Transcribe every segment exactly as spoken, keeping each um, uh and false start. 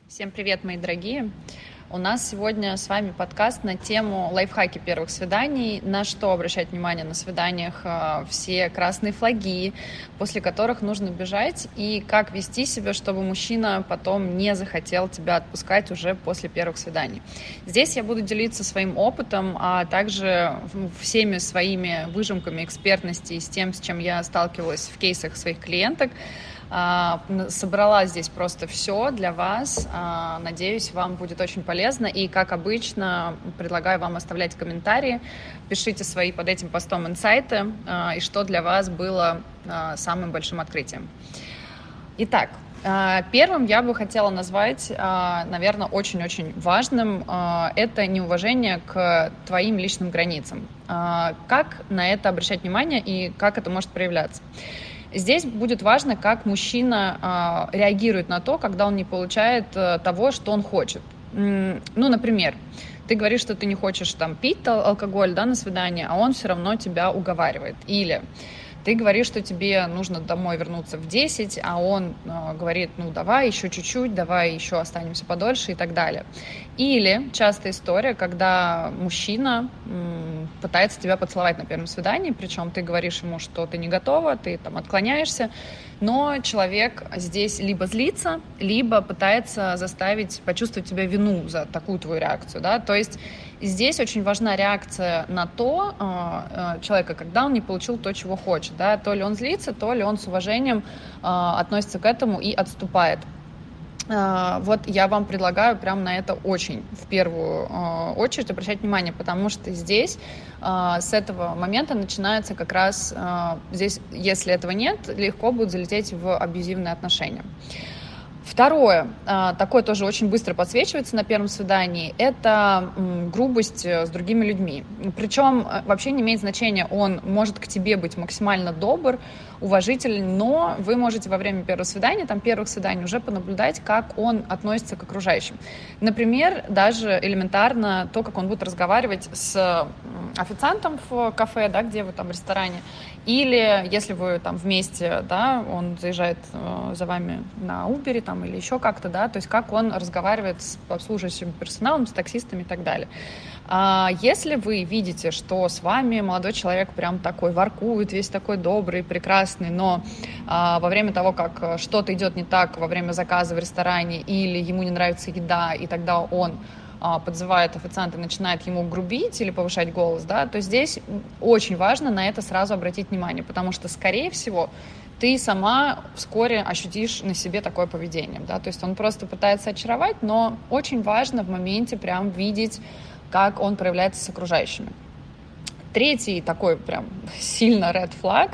Всем привет, мои дорогие! У нас сегодня с вами подкаст на тему лайфхаки первых свиданий, на что обращать внимание на свиданиях, все красные флаги, после которых нужно бежать, и как вести себя, чтобы мужчина потом не захотел тебя отпускать уже после первых свиданий. Здесь я буду делиться своим опытом, а также всеми своими выжимками экспертности и с тем, с чем я сталкивалась в кейсах своих клиенток. Собрала здесь просто все для вас. Надеюсь, вам будет очень полезно. И, как обычно, предлагаю вам оставлять комментарии. Пишите свои под этим постом инсайты и что для вас было самым большим открытием. Итак, первым я бы хотела назвать, наверное, очень-очень важным, это неуважение к твоим личным границам. Как на это обращать внимание и как это может проявляться? Здесь будет важно, как мужчина э, реагирует на то, когда он не получает э, того, что он хочет. Ну, например, ты говоришь, что ты не хочешь там пить алкоголь, да, на свидание, а он все равно тебя уговаривает. Или ты говоришь, что тебе нужно домой вернуться в десять, а он э, говорит, ну давай еще чуть-чуть, давай еще останемся подольше и так далее. Или частая история, когда мужчина м, пытается тебя поцеловать на первом свидании, причем ты говоришь ему, что ты не готова, ты там отклоняешься, но человек здесь либо злится, либо пытается заставить почувствовать тебя вину за такую твою реакцию, да, то есть здесь очень важна реакция на то э, человека, когда он не получил то, чего хочет, да, то ли он злится, то ли он с уважением э, относится к этому и отступает. Э, вот я вам предлагаю прямо на это очень в первую э, очередь обращать внимание, потому что здесь э, с этого момента начинается как раз, э, здесь, если этого нет, легко будет залететь в абьюзивные отношения. Второе, такое тоже очень быстро подсвечивается на первом свидании, это грубость с другими людьми. Причем вообще не имеет значения, он может к тебе быть максимально добр, уважителен, но вы можете во время первого свидания, там первых свиданий уже понаблюдать, как он относится к окружающим. Например, даже элементарно то, как он будет разговаривать с официантом в кафе, да, где вы там в ресторане, или если вы там вместе, да, он заезжает э, за вами на Uber там, или еще как-то, да, то есть как он разговаривает с обслуживающим персоналом, с таксистами и так далее. А если вы видите, что с вами молодой человек прям такой воркует, весь такой добрый, прекрасный, но а, во время того, как что-то идет не так во время заказа в ресторане, или ему не нравится еда, и тогда он подзывает официанта и начинает ему грубить или повышать голос, да, то здесь очень важно на это сразу обратить внимание, потому что, скорее всего, ты сама вскоре ощутишь на себе такое поведение, да, то есть он просто пытается очаровать, но очень важно в моменте прям видеть, как он проявляется с окружающими. Третий такой прям сильно red flag,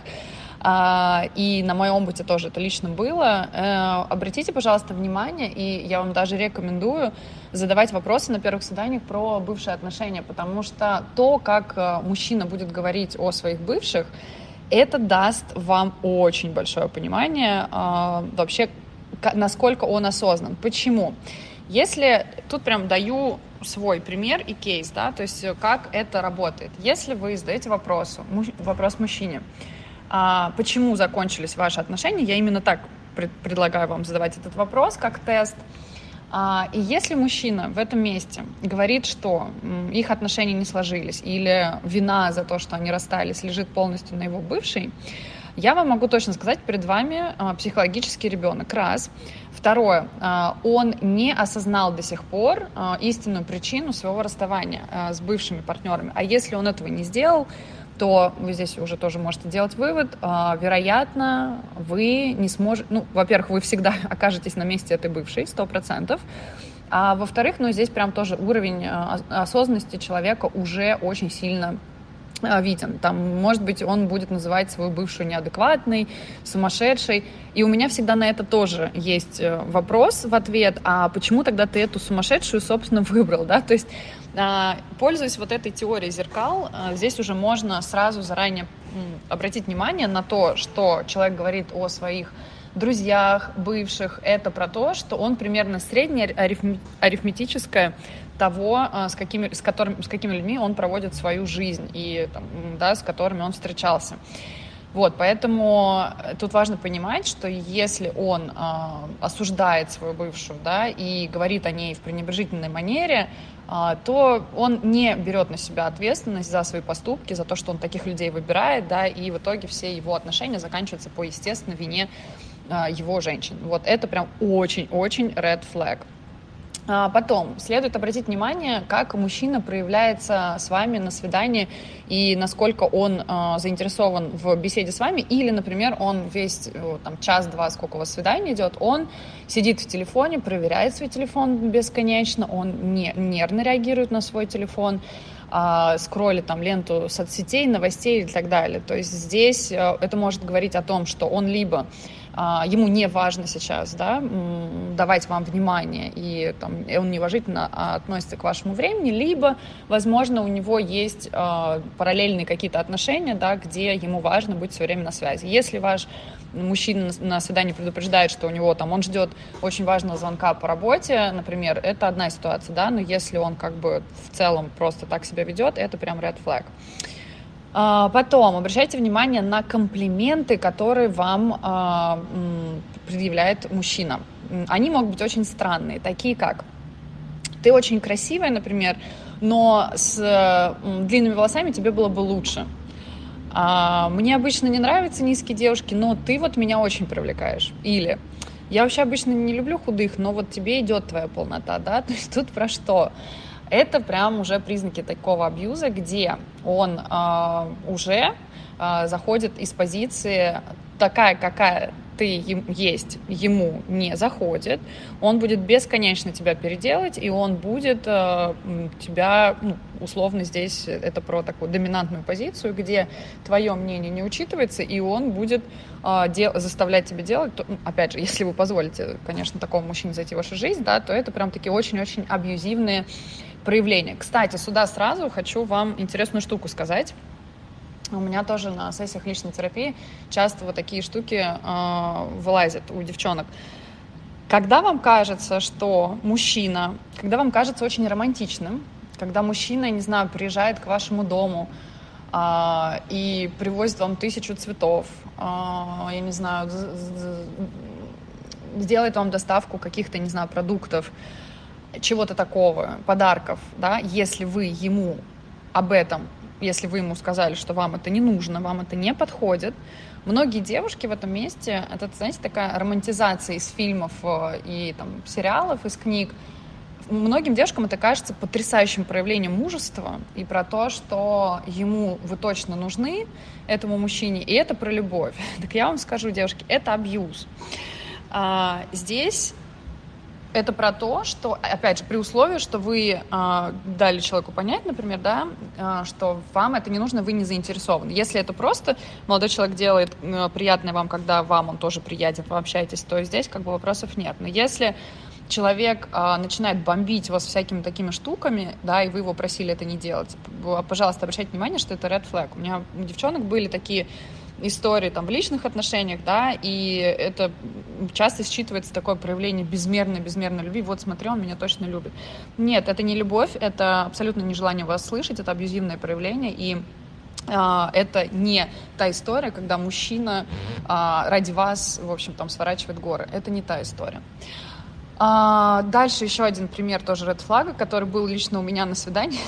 и на моем опыте тоже это лично было. Обратите, пожалуйста, внимание, и я вам даже рекомендую задавать вопросы на первых свиданиях про бывшие отношения, потому что то, как мужчина будет говорить о своих бывших, это даст вам очень большое понимание вообще, насколько он осознан. Почему? Если тут прям даю свой пример и кейс, да, то есть как это работает. Если вы задаете вопрос, вопрос мужчине, А почему закончились ваши отношения, я именно так пред- предлагаю вам задавать этот вопрос, как тест. А, и если мужчина в этом месте говорит, что м, их отношения не сложились, или вина за то, что они расстались, лежит полностью на его бывшей, я вам могу точно сказать, перед вами а, психологический ребенок, раз. Второе, а, он не осознал до сих пор а, истинную причину своего расставания а, с бывшими партнерами. А если он этого не сделал, то вы здесь уже тоже можете делать вывод. Вероятно, вы не сможете... Ну, во-первых, вы всегда окажетесь на месте этой бывшей, сто процентов. А во-вторых, ну, здесь прям тоже уровень осознанности человека уже очень сильно виден. Там, может быть, он будет называть свою бывшую неадекватной, сумасшедшей. И у меня всегда на это тоже есть вопрос в ответ, а почему тогда ты эту сумасшедшую, собственно, выбрал, да? То есть, пользуясь вот этой теорией зеркал, здесь уже можно сразу заранее обратить внимание на то, что человек говорит о своих друзьях, бывших. Это про то, что он примерно среднее арифметическое того, с какими, с, которым, с какими людьми он проводит свою жизнь и там, да, с которыми он встречался. Вот, поэтому тут важно понимать, что если он э, осуждает свою бывшую, да, и говорит о ней в пренебрежительной манере, э, то он не берет на себя ответственность за свои поступки, за то, что он таких людей выбирает, да, и в итоге все его отношения заканчиваются по естественной вине э, его женщин. Вот это прям очень-очень red flag. Потом следует обратить внимание, как мужчина проявляется с вами на свидании и насколько он э, заинтересован в беседе с вами. Или, например, он весь э, там, час-два, сколько у вас свидание идет, он сидит в телефоне, проверяет свой телефон бесконечно, он не, нервно реагирует на свой телефон, э, скроллит там ленту соцсетей, новостей и так далее. То есть здесь э, это может говорить о том, что он либо ему не важно сейчас, да, давать вам внимание, и там, он неуважительно относится к вашему времени, либо, возможно, у него есть э, параллельные какие-то отношения, да, где ему важно быть все время на связи. Если ваш мужчина на свидании предупреждает, что у него там, он ждет очень важного звонка по работе, например, это одна ситуация, да, но если он как бы в целом просто так себя ведет, это прям red flag. Потом обращайте внимание на комплименты, которые вам э, предъявляет мужчина. Они могут быть очень странные, такие как: ты очень красивая, например, но с э, длинными волосами тебе было бы лучше. А, мне обычно не нравятся низкие девушки, но ты вот меня очень привлекаешь. Или я вообще обычно не люблю худых, но вот тебе идет твоя полнота, да? То есть тут про что? Это прям уже признаки такого абьюза, где он э, уже э, заходит из позиции такая, какая ты им, есть, ему не заходит. Он будет бесконечно тебя переделать, и он будет э, тебя, ну, условно здесь это про такую доминантную позицию, где твое мнение не учитывается, и он будет э, дел- заставлять тебя делать, то, ну, опять же, если вы позволите, конечно, такому мужчине зайти в вашу жизнь, да, то это прям такие очень-очень абьюзивные проявления. Кстати, сюда сразу хочу вам интересную штуку сказать. У меня тоже на сессиях личной терапии часто вот такие штуки э, вылазят у девчонок. Когда вам кажется, что мужчина, когда вам кажется очень романтичным, когда мужчина, не знаю, приезжает к вашему дому э, и привозит вам тысячу цветов, э, я не знаю, сделает вам доставку каких-то, не знаю, продуктов, чего-то такого, подарков, да, если вы ему об этом, если вы ему сказали, что вам это не нужно, вам это не подходит, многие девушки в этом месте, это, знаете, такая романтизация из фильмов и там, сериалов, из книг, многим девушкам это кажется потрясающим проявлением мужества и про то, что ему вы точно нужны, этому мужчине, и это про любовь. Так я вам скажу, девушки, это абьюз. А, здесь это про то, что, опять же, при условии, что вы э, дали человеку понять, например, да, э, что вам это не нужно, вы не заинтересованы. Если это просто молодой человек делает э, приятное вам, когда вам он тоже приятен, вы общаетесь, то здесь как бы вопросов нет. Но если человек э, начинает бомбить вас всякими такими штуками, да, и вы его просили это не делать, пожалуйста, обращайте внимание, что это red flag. У меня у девчонок были такие истории там в личных отношениях, да, и это часто считывается такое проявление безмерной-безмерной любви. Вот смотри, он меня точно любит. Нет, это не любовь, это абсолютно нежелание вас слышать, это абьюзивное проявление, и а, это не та история, когда мужчина а, ради вас, в общем, там сворачивает горы. Это не та история. А, дальше еще один пример тоже red flag, который был лично у меня на свидании.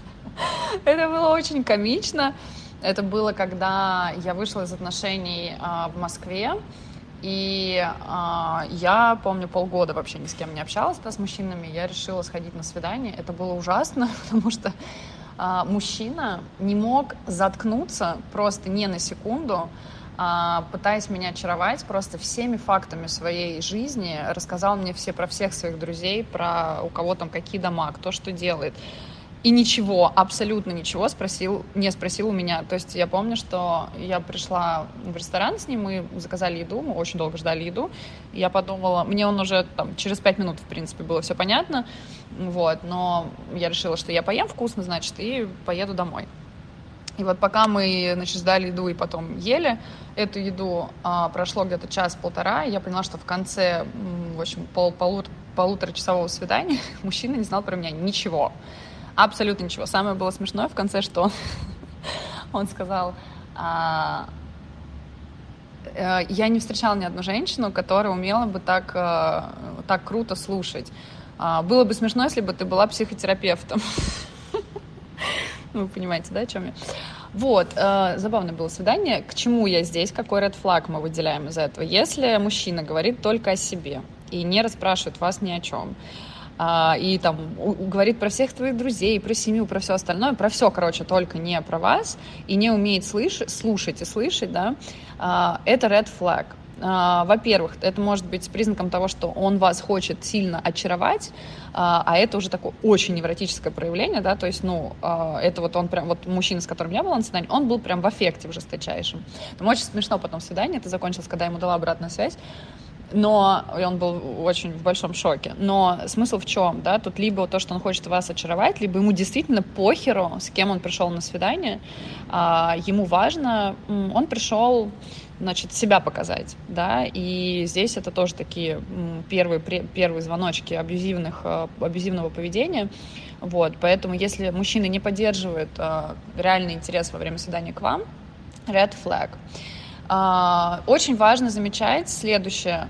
Это было очень комично. Это было, когда я вышла из отношений а, в Москве, и а, я, помню, полгода вообще ни с кем не общалась, да, с мужчинами, я решила сходить на свидание. Это было ужасно, потому что а, мужчина не мог заткнуться просто ни на секунду, а, пытаясь меня очаровать просто всеми фактами своей жизни, рассказал мне все про всех своих друзей, про у кого там какие дома, кто что делает. И ничего, абсолютно ничего спросил, не спросил у меня. То есть я помню, что я пришла в ресторан с ним, мы заказали еду, мы очень долго ждали еду. И я подумала, мне он уже там через пять минут, в принципе, было все понятно. Вот, но я решила, что я поем вкусно, значит, и поеду домой. И вот пока мы, значит, ждали еду и потом ели эту еду, а, прошло где-то час-полтора, и я поняла, что в конце, в общем, пол, полу, полуторачасового свидания мужчина не знал про меня ничего. Абсолютно ничего. Самое было смешное в конце, что он сказал: а, Я не встречала ни одну женщину, которая умела бы так, так круто слушать. Было бы смешно, если бы ты была психотерапевтом. Вы понимаете, да, о чем я? Вот, э, забавное было свидание. К чему я здесь? Какой ред флаг мы выделяем из этого? Если мужчина говорит только о себе и не расспрашивает вас ни о чем, э, и там у, говорит про всех твоих друзей, про семью, про все остальное, про все, короче, только не про вас, и не умеет слышать, слушать и слышать, да, э, это ред флаг. Во-первых, это может быть признаком того, что он вас хочет сильно очаровать, а это уже такое очень невротическое проявление, да, то есть, ну, это вот он прям, вот мужчина, с которым я была на свидании, он был прям в аффекте в жесточайшем. Там очень смешно потом свидание, это закончилось, когда я ему дала обратную связь, но и он был очень в большом шоке. Но смысл в чем, да, тут либо то, что он хочет вас очаровать, либо ему действительно похеру, с кем он пришел на свидание, ему важно, он пришел, значит, себя показать, да, и здесь это тоже такие первые, первые звоночки абьюзивных, абьюзивного поведения, вот, поэтому если мужчина не поддерживает реальный интерес во время свидания к вам, red flag. Очень важно замечать следующее.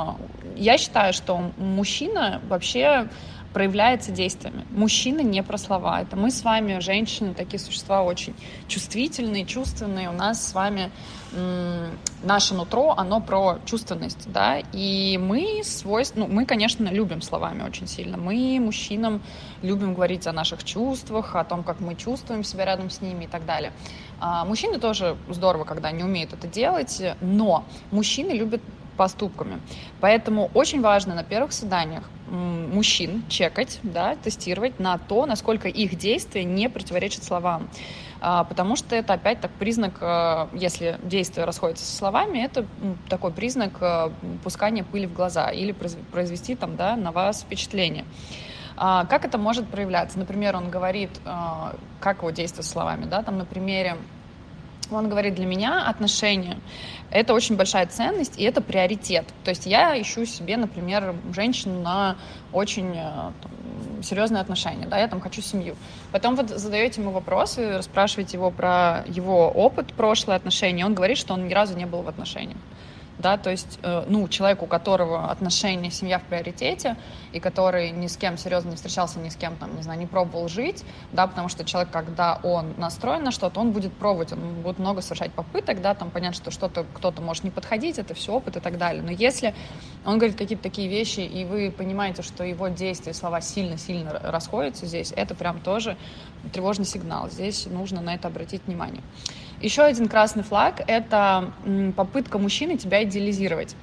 Я считаю, что мужчина вообще проявляется действиями. Мужчина не про слова. Это мы с вами, женщины, такие существа очень чувствительные, чувственные. У нас с вами м- наше нутро, оно про чувственность, да, и мы свойств... ну, мы, конечно, любим словами очень сильно. Мы, мужчинам, любим говорить о наших чувствах, о том, как мы чувствуем себя рядом с ними и так далее. А мужчины тоже здорово, когда они умеют это делать, но мужчины любят поступками. Поэтому очень важно на первых свиданиях мужчин чекать, да, тестировать на то, насколько их действия не противоречат словам. Потому что это опять так признак, если действия расходятся со словами, это такой признак пускания пыли в глаза или произвести там, да, на вас впечатление. Как это может проявляться? Например, он говорит, как его действие словами, да, там на примере. Он говорит, для меня отношения – это очень большая ценность, и это приоритет. То есть я ищу себе, например, женщину на очень там, серьезные отношения, да, я там хочу семью. Потом вот задаете ему вопросы, расспрашиваете его про его опыт, прошлые отношения, он говорит, что он ни разу не был в отношениях. Да, то есть, ну, человек, у которого отношения, семья в приоритете, и который ни с кем серьезно не встречался, ни с кем, там, не знаю, не пробовал жить, да, потому что человек, когда он настроен на что-то, он будет пробовать, он будет много совершать попыток, да, там, понять, что что-то, кто-то может не подходить, это все опыт и так далее. Но если он говорит какие-то такие вещи, и вы понимаете, что его действия, слова сильно-сильно расходятся здесь, это прям тоже тревожный сигнал. Здесь нужно на это обратить внимание. Еще один красный флаг – это попытка мужчины тебя идеализировать.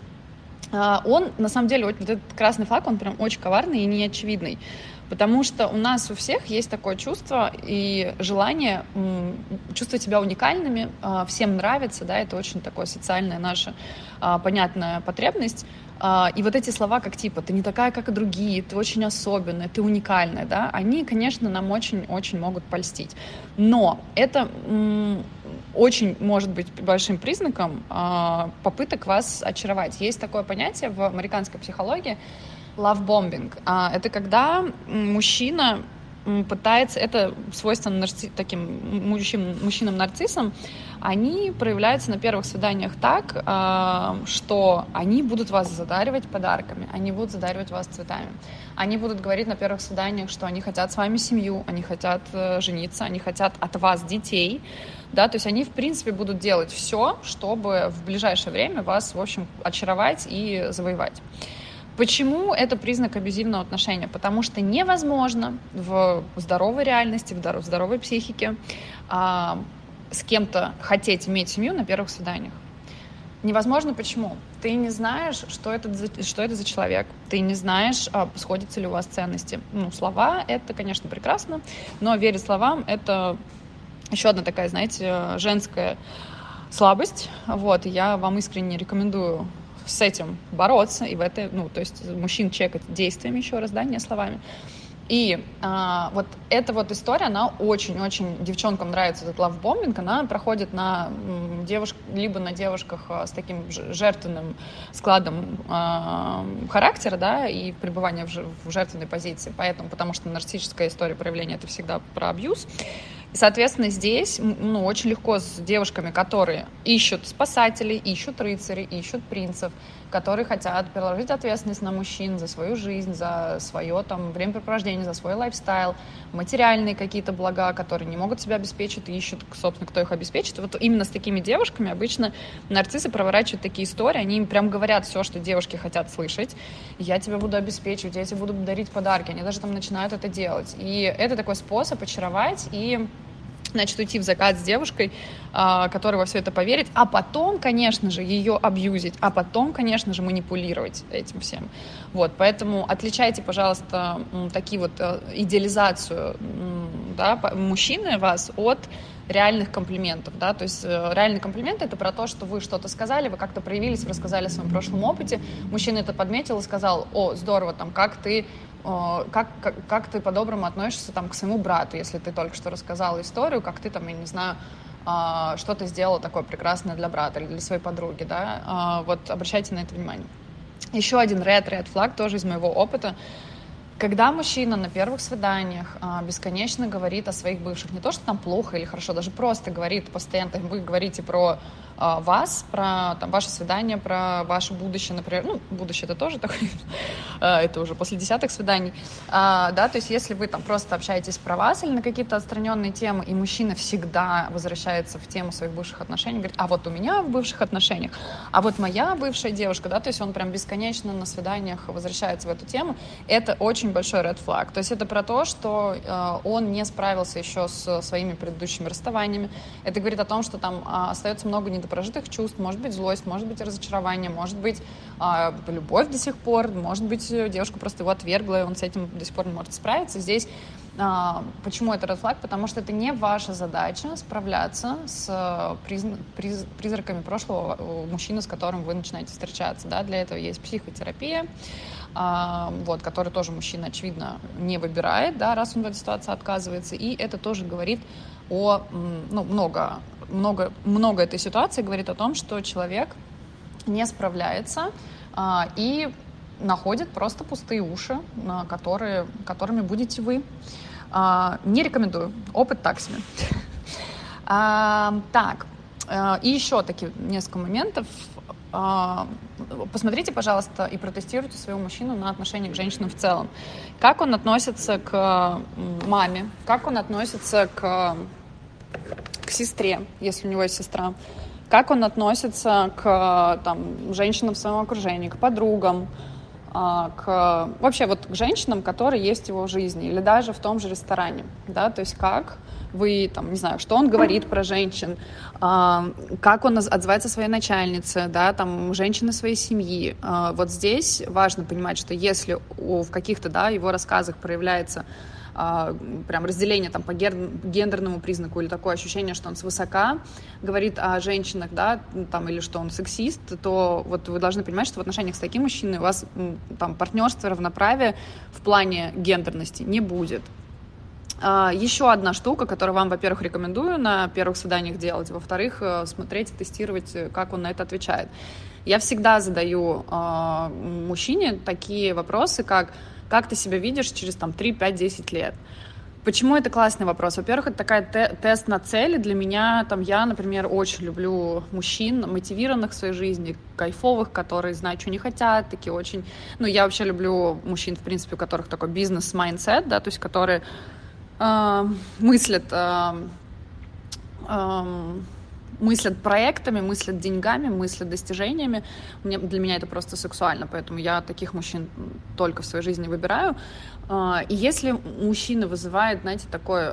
Он, на самом деле, вот этот красный флаг, он прям очень коварный и неочевидный, потому что у нас у всех есть такое чувство и желание чувствовать себя уникальными, всем нравится, да, это очень такая социальная наша понятная потребность. И вот эти слова, как типа «ты не такая, как и другие», «ты очень особенная», «ты уникальная», да, они, конечно, нам очень-очень могут польстить. Но это м- очень может быть большим признаком а, попыток вас очаровать. Есть такое понятие в американской психологии love-bombing. А, это когда мужчина пытается, это свойственно нарци, таким мужчин, мужчинам-нарциссам, они проявляются на первых свиданиях так, что они будут вас задаривать подарками, они будут задаривать вас цветами. Они будут говорить на первых свиданиях, что они хотят с вами семью, они хотят жениться, они хотят от вас детей. Да, то есть они, в принципе, будут делать все, чтобы в ближайшее время вас, в общем, очаровать и завоевать. Почему это признак абьюзивного отношения? Потому что невозможно в здоровой реальности, в здоровой психике а, с кем-то хотеть иметь семью на первых свиданиях. Невозможно почему? Ты не знаешь, что это за, что это за человек. Ты не знаешь, а, сходятся ли у вас ценности. Ну, слова — это, конечно, прекрасно, но верить словам — это еще одна такая, знаете, женская слабость. Вот, и я вам искренне рекомендую с этим бороться, и в это, ну, то есть мужчин чекать действиями, еще раз, да, не словами. И а, вот эта вот история, она очень-очень, девчонкам нравится этот лавбомбинг, она проходит на девушках, либо на девушках с таким жертвенным складом а, характера, да, и пребывания в, в жертвенной позиции, поэтому, потому что нарциссическая история проявления — это всегда про абьюз. И, соответственно, здесь ну, очень легко с девушками, которые ищут спасателей, ищут рыцарей, ищут принцев, которые хотят переложить ответственность на мужчин за свою жизнь, за свое там, времяпрепровождение, за свой лайфстайл, материальные какие-то блага, которые не могут себя обеспечить, и ищут, собственно, кто их обеспечит. Вот именно с такими девушками обычно нарциссы проворачивают такие истории, они им прям говорят все, что девушки хотят слышать. Я тебя буду обеспечивать, я тебе буду дарить подарки. Они даже там начинают это делать. И это такой способ очаровать и, значит, уйти в закат с девушкой, которая во все это поверит, а потом, конечно же, ее абьюзить, а потом, конечно же, манипулировать этим всем. Вот, поэтому отличайте, пожалуйста, такие вот идеализацию, да, мужчины вас от реальных комплиментов, да, то есть реальный комплимент — это про то, что вы что-то сказали, вы как-то проявились, вы рассказали о своем прошлом опыте, мужчина это подметил и сказал: о, здорово, там, как ты Как, как, как ты по-доброму относишься там, к своему брату, если ты только что рассказала историю, как ты там, я не знаю, что ты сделала такое прекрасное для брата или для своей подруги, да, вот обращайте на это внимание. Еще один red, red flag, тоже из моего опыта. Когда мужчина на первых свиданиях а, бесконечно говорит о своих бывших, не то, что там плохо или хорошо, даже просто говорит постоянно, вы говорите про а, вас, про там, ваше свидание, про ваше будущее, например, ну, будущее это тоже такое, это уже после десятых свиданий, а, да, то есть если вы там просто общаетесь про вас или на какие-то отстраненные темы, и мужчина всегда возвращается в тему своих бывших отношений, говорит: а вот у меня в бывших отношениях, а вот моя бывшая девушка, да, то есть он прям бесконечно на свиданиях возвращается в эту тему, это очень большой red flag. То есть это про то, что э, он не справился еще с своими предыдущими расставаниями. Это говорит о том, что там э, остается много недопрожитых чувств, может быть злость, может быть разочарование, может быть э, любовь до сих пор, может быть девушка просто его отвергла, и он с этим до сих пор не может справиться. Здесь э, почему это red flag? Потому что это не ваша задача справляться с приз, приз, призраками прошлого мужчины, с которым вы начинаете встречаться. Да? Для этого есть психотерапия, А, вот, который тоже мужчина, очевидно, не выбирает, да, раз он в этой ситуации отказывается, и это тоже говорит о, ну, много, много, много этой ситуации говорит о том, что человек не справляется а, и находит просто пустые уши, на которые, которыми будете вы. А, не рекомендую, опыт так себе. А, так, и еще такие несколько моментов. Посмотрите, пожалуйста, и протестируйте своего мужчину на отношение к женщинам в целом. Как он относится к маме, как он относится к, к сестре, если у него есть сестра, как он относится к там, женщинам в своем окружении, к подругам, к, вообще вот к женщинам, которые есть в его жизни, или даже в том же ресторане, да, то есть как вы, там, не знаю, что он говорит про женщин, как он отзывается о своей начальнице, да, там, женщины своей семьи. Вот здесь важно понимать, что если в каких-то, да, его рассказах проявляется прям разделение там по гендерному признаку или такое ощущение, что он свысока говорит о женщинах, да, там, или что он сексист, то вот вы должны понимать, что в отношениях с таким мужчиной у вас там партнерство, равноправие в плане гендерности не будет. Еще одна штука, которую вам, во-первых, рекомендую на первых свиданиях делать, во-вторых, смотреть и тестировать, как он на это отвечает. Я всегда задаю э, мужчине такие вопросы, как «Как ты себя видишь через там, три, пять, десять лет?» Почему это классный вопрос? Во-первых, это такой те- тест на цели. Для меня, там, я, например, очень люблю мужчин, мотивированных в своей жизни, кайфовых, которые знают, что они хотят, такие очень... Ну, я вообще люблю мужчин, в принципе, у которых такой бизнес-майндсет, да, то есть которые э, мыслят... Э, э, мыслят проектами, мыслят деньгами, мыслят достижениями. Мне, для меня это просто сексуально, поэтому я таких мужчин только в своей жизни выбираю. И если мужчина вызывает, знаете, такое,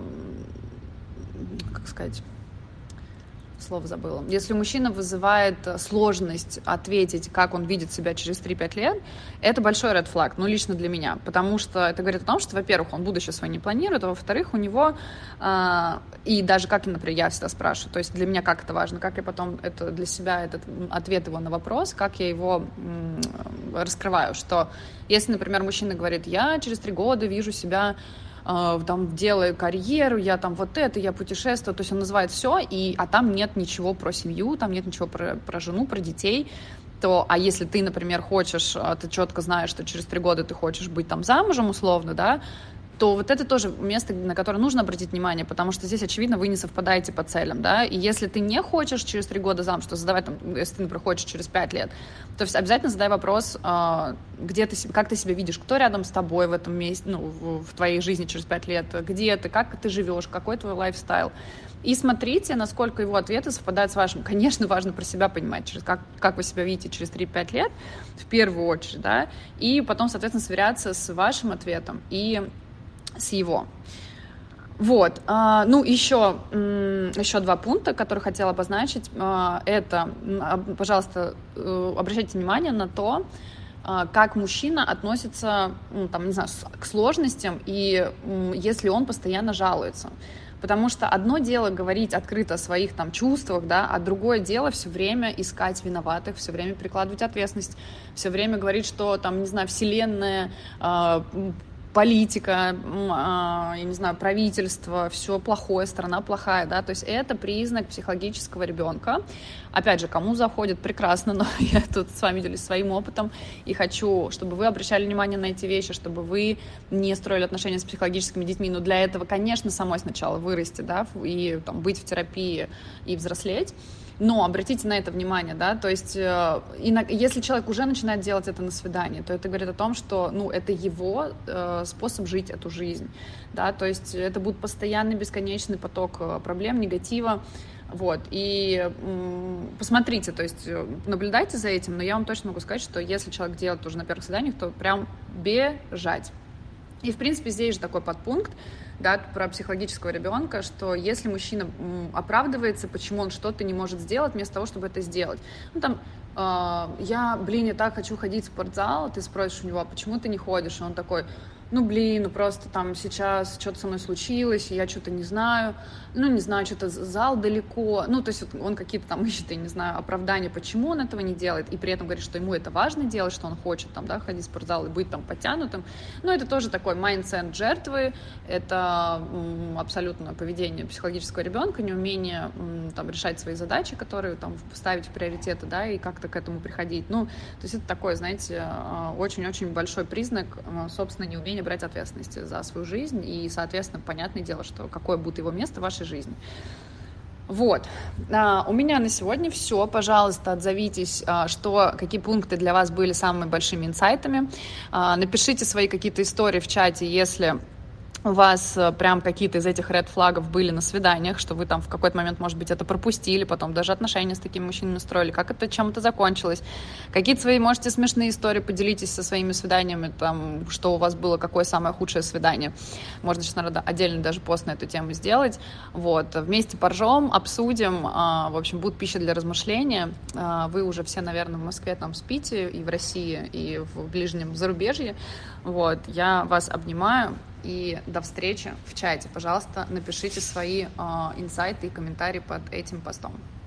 как сказать, слово забыла. Если мужчина вызывает сложность ответить, как он видит себя через три-пять лет, это большой red flag, ну, лично для меня, потому что это говорит о том, что, во-первых, он будущее свое не планирует, а во-вторых, у него, э, и даже как, например, я всегда спрашиваю, то есть для меня как это важно, как я потом это для себя, этот ответ его на вопрос, как я его м, раскрываю, что если, например, мужчина говорит, я через три года вижу себя там делаю карьеру, я там вот это, я путешествую, то есть он называет все, и, а там нет ничего про семью, там нет ничего про, про жену, про детей, то, а если ты, например, хочешь, ты четко знаешь, что через три года ты хочешь быть там замужем условно, да, то вот это тоже место, на которое нужно обратить внимание, потому что здесь, очевидно, вы не совпадаете по целям, да, и если ты не хочешь через три года замуж, то задавай там, если ты, например, хочешь через пять лет, то обязательно задай вопрос, где ты, как ты себя видишь, кто рядом с тобой в этом месте, ну, в, в твоей жизни через пять лет, где ты, как ты живешь, какой твой лайфстайл. И смотрите, насколько его ответы совпадают с вашим. Конечно, важно про себя понимать, через как, как вы себя видите через три-пять лет, в первую очередь, да, и потом, соответственно, сверяться с вашим ответом и с его. Вот, а, ну, еще, еще два пункта, которые хотела обозначить. А, это, пожалуйста, обращайте внимание на то, как мужчина относится, ну, там, не знаю, к сложностям, и если он постоянно жалуется. Потому что одно дело говорить открыто о своих там чувствах, да, а другое дело все время искать виноватых, все время прикладывать ответственность, все время говорить, что там, не знаю, вселенная, э, политика, э, я не знаю, правительство, все плохое, страна плохая, да, то есть это признак психологического ребенка. Опять же, кому заходит, прекрасно, но я тут с вами делюсь своим опытом и хочу, чтобы вы обращали внимание на эти вещи, чтобы вы не строили отношения с психологическими детьми, но для этого, конечно, самой сначала вырасти, да, и там, быть в терапии и взрослеть. Но обратите на это внимание, да, то есть э, и на, если человек уже начинает делать это на свидании, то это говорит о том, что, ну, это его э, способ жить эту жизнь, да, то есть это будет постоянный бесконечный поток проблем, негатива, вот, и м, посмотрите, то есть наблюдайте за этим, но я вам точно могу сказать, что если человек делает уже на первых свиданиях, то прям бежать. И, в принципе, здесь же такой подпункт, да, про психологического ребенка, что если мужчина оправдывается, почему он что-то не может сделать, вместо того, чтобы это сделать. Ну, там, э, я, блин, я так хочу ходить в спортзал, ты спросишь у него, а почему ты не ходишь? И он такой, ну, блин, ну, просто там сейчас что-то со мной случилось, я что-то не знаю, ну, не знаю, что-то зал далеко, ну, то есть вот он какие-то там ищет, я не знаю, оправдания, почему он этого не делает, и при этом говорит, что ему это важно делать, что он хочет там, да, ходить в спортзал и быть там подтянутым, ну, это тоже такой майндсет жертвы, это м, абсолютно поведение психологического ребенка, неумение м, там решать свои задачи, которые там ставить в приоритеты, да, и как-то к этому приходить, ну, то есть это такой, знаете, очень-очень большой признак, собственно, неумения брать ответственность за свою жизнь, и, соответственно, понятное дело, что какое будет его место в вашей жизни. Вот. А, у меня на сегодня все. Пожалуйста, отзовитесь, а, что, какие пункты для вас были самыми большими инсайтами. А, напишите свои какие-то истории в чате, если у вас прям какие-то из этих ред-флагов были на свиданиях, что вы там в какой-то момент, может быть, это пропустили, потом даже отношения с такими мужчинами строили, как это, чем это закончилось. Какие-то свои, можете, смешные истории, поделитесь со своими свиданиями, там, что у вас было, какое самое худшее свидание. Можно сейчас, наверное, отдельно даже пост на эту тему сделать. Вот. Вместе поржем, обсудим. В общем, будет пища для размышления. Вы уже все, наверное, в Москве там спите, и в России, и в ближнем зарубежье. Вот. Я вас обнимаю. И до встречи в чате. Пожалуйста, напишите свои э, инсайты и комментарии под этим постом.